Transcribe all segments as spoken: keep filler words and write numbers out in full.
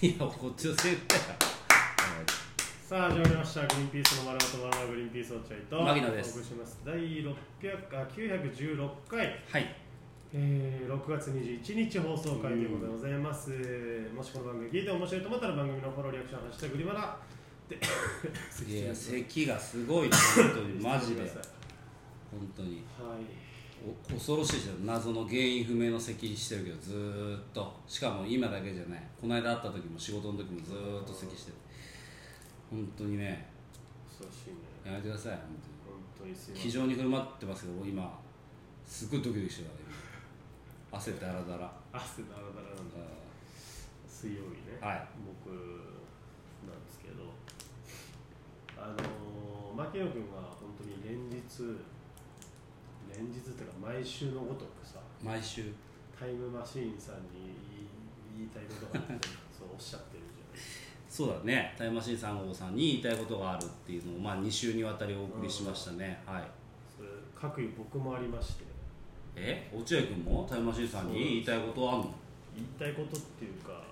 いやこっちのせいだよ。 さあ始まりました。グリーンピースの丸ごとバナナグリーンピース落合と牧野です。 お送りします。第ろっぴゃくあきゅうひゃくじゅうろっかい、 はい、 えー、ろくがつにじゅういちにち放送回ということでございます。もしこの番組聞いて面白いと思ったら番組のフォローリアクションハッシュタググリバナでいや咳がすごいね本当にマジで本当に、 はい、 お恐ろしいですよ。謎の原因不明の咳してるけどずーっと、しかも今だけじゃない、この間会った時も仕事の時もずーっと咳してる。本当にね、 恐ろしいね。 やめてください本当に。 本当にすいません。 気丈に振る舞ってますけど今すっごいドキドキしてるから今汗だらだら汗だらだらなんだ。水曜日ね、 はい、 僕なんですけど、あのー、牧野君が本当に連日連日っていうか毎週のごとくさ、 毎週タイムマシーンさんに言いたいことがあってそうおっしゃってるじゃないですか。 そうだね、タイムマシーンさん号さんに言いたいことがあるっていうのを、まあ、に週にわたりお送りしましたね、はい。 それ各位僕もありまして、 え落合君もタイムマシーンさんに言いたいことあるの？ 言いたいことっていうか、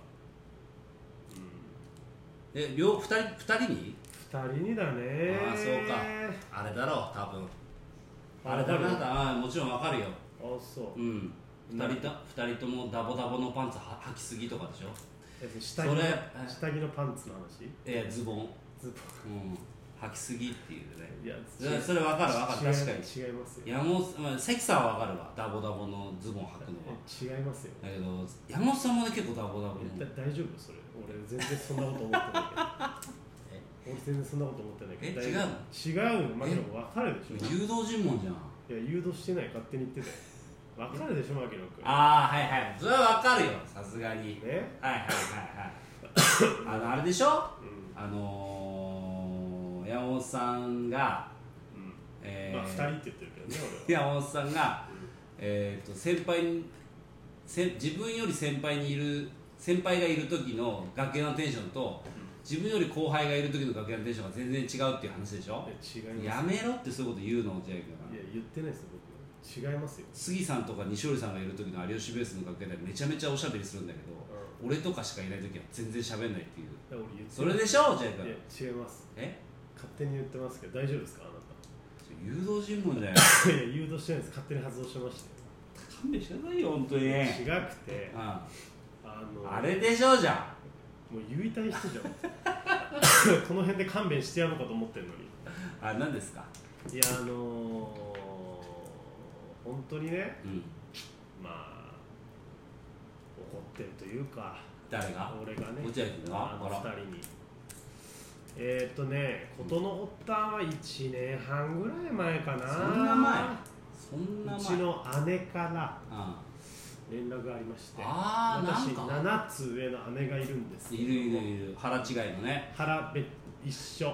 うん、え両二人二人にふたりにだね。 ああそうか、あれだろう多分あれだな、あもちろんわかるよ。 あそう、 うん、ふたりと二人ともダボダボのパンツは履きすぎとかでしょ。 下着の下着のパンツの話。 えズボンズボン、うん、履きすぎっていうね。 いやそれ分かる分かる、確かに違いますよ。 山本、まあ、関さんは分かるわ、ダボダボのズボン履くのは違いますよ。 だけど山本さんもね結構ダボダボの。 大丈夫それ。俺全然そんなこと思ってないけど俺全然そんなこと思ってないけど。 え違うの？ 違うの。マキノ君分かるでしょ。 誘導尋問じゃん。 いや誘導してない、勝手に言ってたよ。分かるでしょマキノ君。 ああはいはい、それは分かるよさすがにね。 はいはいはいはいあのあれでしょ、うん、あのー、山本さんが、 うんえー、 まあふたりって言ってるけどね俺は山本さんが、うん、えー、と先輩にせ自分より先輩にいる先輩がいる時の楽屋のテンションと、うん、自分より後輩がいる時の楽屋のテンションが全然違うっていう話でしょ。 違います。 やめろってそういうこと言うの落合君は。いや言ってないですよ僕。違いますよ。 杉さんとか西織さんがいる時の有吉ベースの楽屋でめちゃめちゃおしゃべりするんだけど、うん、俺とかしかいない時は全然喋んないっていう。 俺言ってそれでしょ落合君。 いや違います。 え勝手に言ってますけど大丈夫ですかあなた。 誘導尋問だよ。 いや誘導してないです。勝手に発動してましたよ。 勘弁してくださいよ本当に。 違くて、 うん、あのあれでしょじゃん。 もう言いたい人じゃんこの辺で勘弁してやろうかと思ってるのに。 あ、何ですか。 いやあのー、本当にね、うん、まあ怒ってるというか。 誰が？ 俺がね、 落合君があのふたりにえー、っとね事の発端はいちねんはんぐらい前かな。 そんな前そんな前。 うちの姉から連絡がありまして、あ私ななつ上の姉がいるんですけど。 いるいるいる、腹違いのね。 腹べ一緒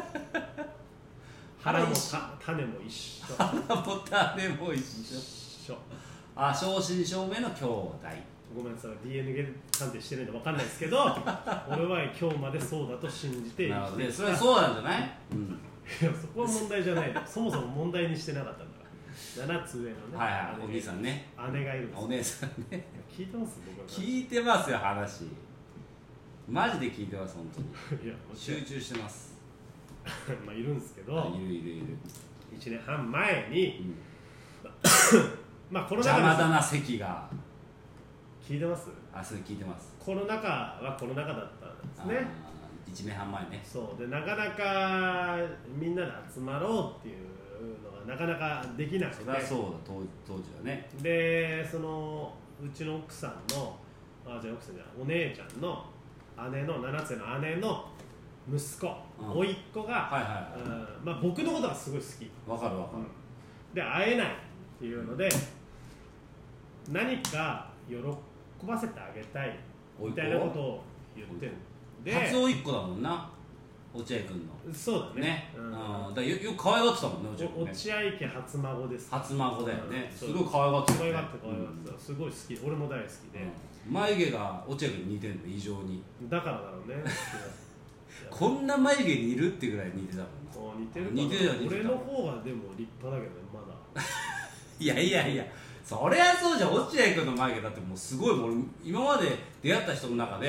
腹も種も一緒腹も種も一緒あ、正真正銘の兄弟。 ごめんなさい ディーエヌエー 鑑定してないんで分かんないですけど俺は今日までそうだと信じて生きてきた。それはそうなんじゃない、うん、 いやそこは問題じゃないの。そもそも問題にしてなかったんだから。ななつ上のね、 はいはい、お兄さんね、 姉がいるんです。 お姉さんね。 聞いてます僕は。 聞いてますよ話、マジで聞いてます本当に。いや集中してますまあいるんですけど、 いるいるいる。 いちねんはん前に、うん、まあコロナ禍邪魔だな席が。 聞いてます？ あ、それ聞いてます。 コロナ禍はコロナ禍だったんですね。 いちねんはん前ね。 そうでなかなかみんなで集まろうっていうのがなかなかできなくて。 そりゃそうだ、当, 当時はね。 でそのうちの奥さんのあじゃあ奥さんじゃないお姉ちゃんの姉のななつの姉の息子、うん、甥っ子が、はいはいはい、まあ、僕のことがすごい好き。 わかるわかる、 うん、で会えないっていうので、うん、何か喜ばせてあげたいみたいなことを言ってる。 で初甥っ子だもんな落合君の。 そうだね、 ね、うん、だから よ, よく可愛がってたもんね落合君ね。 落合家初孫です。 初孫だよね、うん、すごい可愛がってた、ね、 可愛がって可愛がってた、うん、すごい好き。俺も大好きで、 うん、眉毛が落合君に似てるの異常に。 だからだろうねこんな眉毛似るってぐらい似てたもんな。 似てるかな。似てる似てる。 俺の方がでも立派だけどねまだいやいやいや、そりゃそうじゃん。落合君の眉毛だってもうすごい、もう今まで出会った人の中で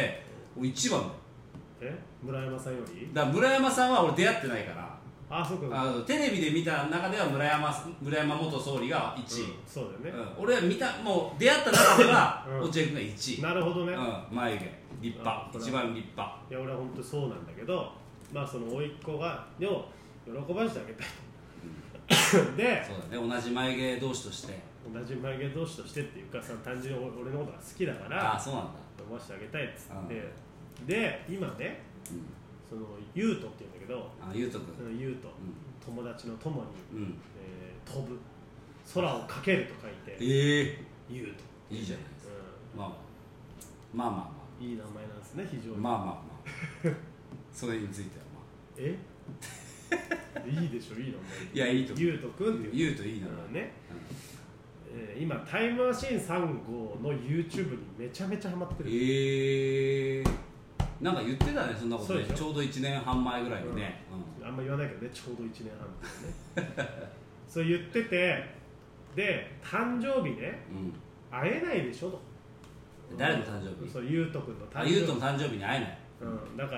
俺一番だよ。 え村山さんよりだから村山さんは俺出会ってないから、 あそうかあのテレビで見た中では村山村山元総理がいちい、 うん、そうだよね、 うん、俺は見たもう出会った中ではうん、 落合君がいちい。 なるほどね、 うん、眉毛立派、一番立派。 いや俺は本当そうなんだけど、まあその甥っ子がを喜ばせてあげたいと、うん、でそうだね、同じ眉毛同士として。 同じ眉毛同士としてっていうかさ、単純に俺のことが好きだからああそうなんだ、 喜ばせてあげたいっつって、うん、で今ね、うん、その優斗っていうんだけど、 あ優斗君、 優斗、うん、友達の友に、 うんえー、飛ぶ空をかけると書いて、 ええー、 優斗いいじゃないですか、うん、まあまあまあまあいい名前なんですね、非常に。 まあまあまあそれについてはまあえいいでしょ、いい名前。 いやいいと優斗くんっていう優斗いい名前ね、うんえー、今タイムマシーンさん号の YouTube にめちゃめちゃハマってる。 ええー、なんか言ってたね、そんなことね、ちょうどいちねんはん前ぐらいにね、 うんうん、あんま言わないけどね、ちょうどいちねんはんってねそう言ってて、で誕生日ね、うん、会えないでしょと。 誰の誕生日？ そう、優斗くんの誕生日。あ、 優斗の誕生日に会えない、 うん、だから、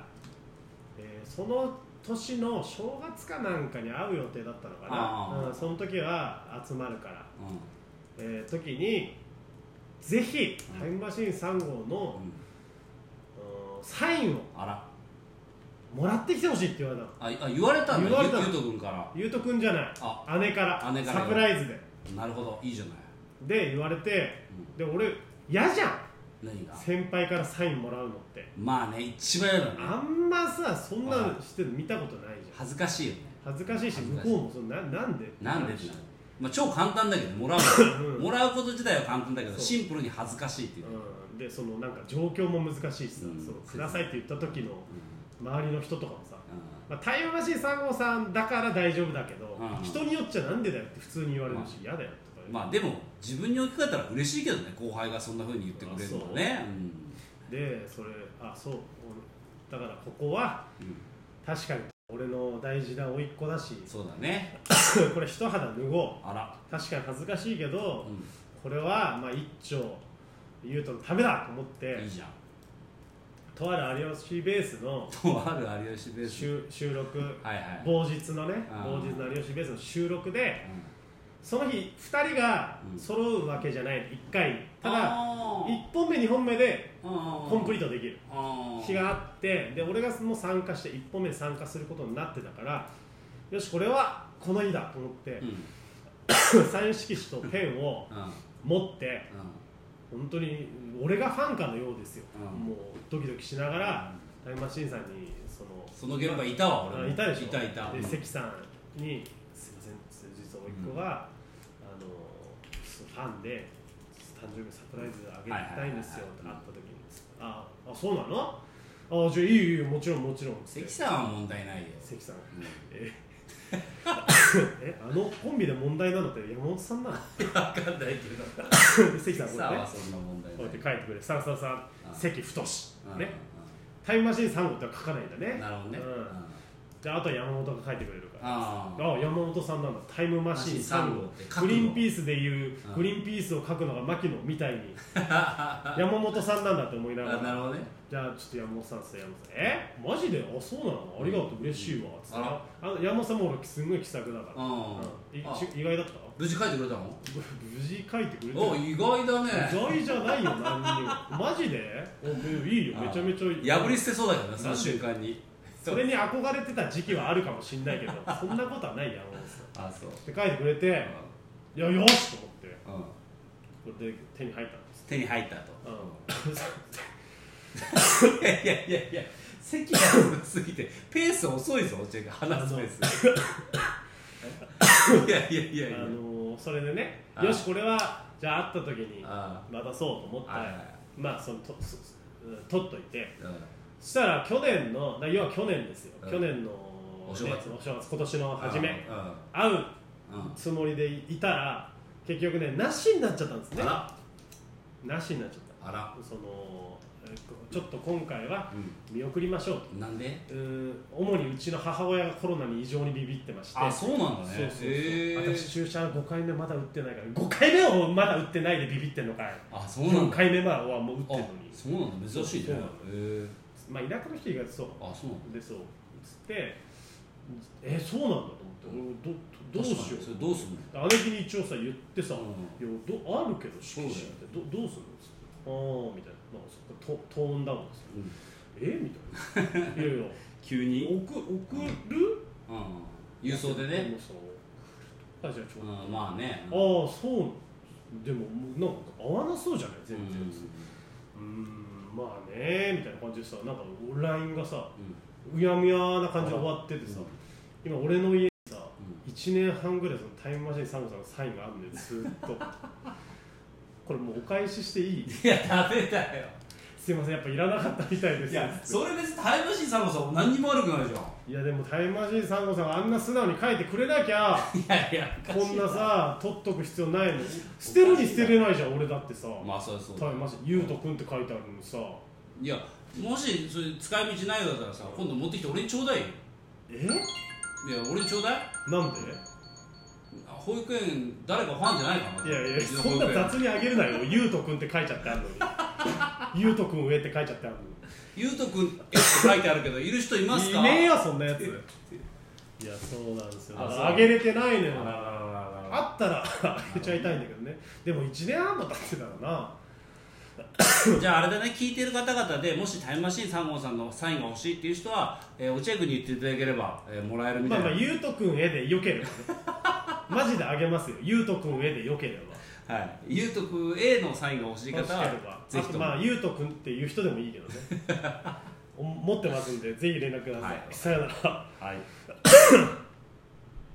えー、その年の正月かなんかに会う予定だったのかな、うん、その時は集まるから、うんえー、時にぜひタイムマシーンさん号の、うんうん、サインをあらもらってきてほしいって言われたの。 ああ言われたんだ、 言われたの。 優斗君から。 優斗君じゃない、あ姉から姉からサプライズで。 なるほど、いいじゃない。 で言われて、うん、で俺嫌じゃん、 何が先輩からサインもらうのって。 まあね、一番嫌だね。 あんまさそんなのしてるの見たことないじゃん。 恥ずかしいよね。 恥ずかしいし、向こうもその な, なんでなんでってなる、まあ、超簡単だけどもらうの、うん、もらうこと自体は簡単だけどシンプルに恥ずかしいっていう、 うん、でそのなんか状況も難しいしさ、うん、そうくださいって言った時の周りの人とかもさ、うんまあ、タイムマシーンさん号さんだから大丈夫だけど、うん、人によっちゃなんでだよって普通に言われるし、嫌、まあ、だよとか、 まあでも自分に置き換えたら嬉しいけどね、後輩がそんな風に言ってくれるのはね、 うん、でそれあそうだからここは、うん、確かに俺の大事な甥っ子だし、 そうだねこれ一肌脱ごう。 あら確かに恥ずかしいけど、うん、これはまあ一丁優斗のためだと思って、 いいじゃん、 とある有吉ベースのとある有吉ベース収録、はいはい、某日のね某日の有吉ベースの収録で、うん、その日ふたりが揃うわけじゃない、いっかいただいっぽんめにほんめでコンプリートできる日があって、で俺がもう参加していっぽんめに参加することになってたから、よしこれはこの日だと思って、うん、サイン色紙とペンを持って、うん、本当に俺がファンかのようですよ、うん、もうドキドキしながら、うん、タイムマシーンさんにそのその現場いたわ、俺もいたでしょ。 いたいたで関さんにすいません実は甥っ子が、うん、あのファンで誕生日サプライズあげたいんですよってなった時に、ああそうなの、あじゃあいいよいいよもちろんもちろん。 関さんは問題ないよ。 関さん、うん、ええあのコンビで問題なのって山本さんなの？ 分かんないけど関さんこうやってはそんな問題ない、 こうやって書いてくれ、さんさんさん関太ね、タイムマシーンさん号っては書かないんだね。 なるほどね、うんであとは山本が書いてくれるから、 ああ山本さんなんだ、タイムマシーンさん号ってグリーンピースでいうグリーンピースを書くのが牧野みたいに山本さんなんだって思いながら、 なるほどね、 じゃあちょっと山本さんっすよ、山本さんえマジであそうなのありがとう嬉しいわつって、うん、あの山本さんも俺すごい気さくだから、うん、意外だった。 無事書いてくれたの？ 無事書いてくれた。 お意外だね。 意外じゃないよ何にもマジでおいいよめちゃめちゃ破り捨てそうだけどねその瞬間に。 それに憧れてた時期はあるかもしれないけどそんなことはない山本さん。 あそうって書いてくれて、うん、いやよしと思って、うん、これで手に入ったんです。 手に入ったと、 うん、 いやいやいやいや席がすぎてペース遅いぞ落合が話すペースいやいやいやいや、 あのー、それでねよしこれはじゃあ会った時に渡そうと思って、まあそのと取っといて、うん、そしたら去年の要は去年ですよ、うん、去年の、ね、 お正月お正月今年の初め、うん、会うつもりでいたら結局ねなしになっちゃったんですね。 あらなしになっちゃった。 あらその、えちょっと今回は見送りましょうと、 うん、なんで？ うー主にうちの母親がコロナに異常にビビってまして。 あ、そうなんだね。 そうそうそう、 へー、 私注射ごかいめまだ打ってないから、ごかいめをまだ打ってないでビビってんのかい。 あ、そうなんだ。 よんかいめはもう打ってるのに。 そうなんだ、珍しいね。 そうなんだ。 へー、 まあ田舎の人以外そう。 あ、そうなんだ。 でそうつってえそうなんだと思って、どどどうしよう。 それどうすんの？ 姉貴に一応さ言ってさ、 うん、 いやどあるけど色紙ってどどうすんのっつって、ああみたいな、なんかそこトトーンダウンですよ、うん、えみたいな、いやいや急に送送る、 うん、郵送でね。 あ、じゃあちょっと、 うん、まあね、 ああそうでもなんか合わなそうじゃない全然、うん、うんまあねみたいな感じでさ、なんか ライン がさ、うん、うやむやな感じで終わっててさ、うん、今俺の家にさ、うん、いちねんはんぐらいそのタイムマシーンさんごさんのサインがあるんでずっとこれもうお返ししていい？ いやダメだよ。 すいません、やっぱいらなかったみたいです。 いやそれ別にタイムマシーンさんごさん何にも悪くないじゃん。 いやでもタイムマシーンさんごさんがあんな素直に書いてくれなきゃいやいやこんなさ取っとく必要ないの。捨てるに捨てれないじゃん俺だってさ。 まあそうそう。 タイムマシーンゆうとくんって書いてあるのにさ。 いやもしそれ使い道ないようだったらさ、今度持ってきて俺にちょうだいよ。 え？ いや俺にちょうだい。 なんで？ 保育園誰かファンじゃないかな。 いやいやそんな雑にあげるなよ。ゆうとくんって書いちゃってあるのにゆうとくん上って書いちゃってあるのに。 ゆうとくんって書いてあるけどいる人いますか？ いねえよそんなやつ。いやそうなんですよ。だからあげれてないのよ。あったらあげちゃいたいんだけどね。でもいちねんはんも経ってたらな。 じゃああれだね、聞いてる方々でもしタイムマシーンさんごうさんのサインが欲しいっていう人は、えー、おチェックに言っていただければ、えー、もらえるみたいな。 まあまあゆうとくん絵でよければねマジであげますよ。ゆうとくん絵でよければ、 はい、ゆうとくん A のサインが欲しい方はぜひとも。 あとまあゆうとくんっていう人でもいいけどね持ってますんでぜひ連絡ください、はい、さよなら。 はい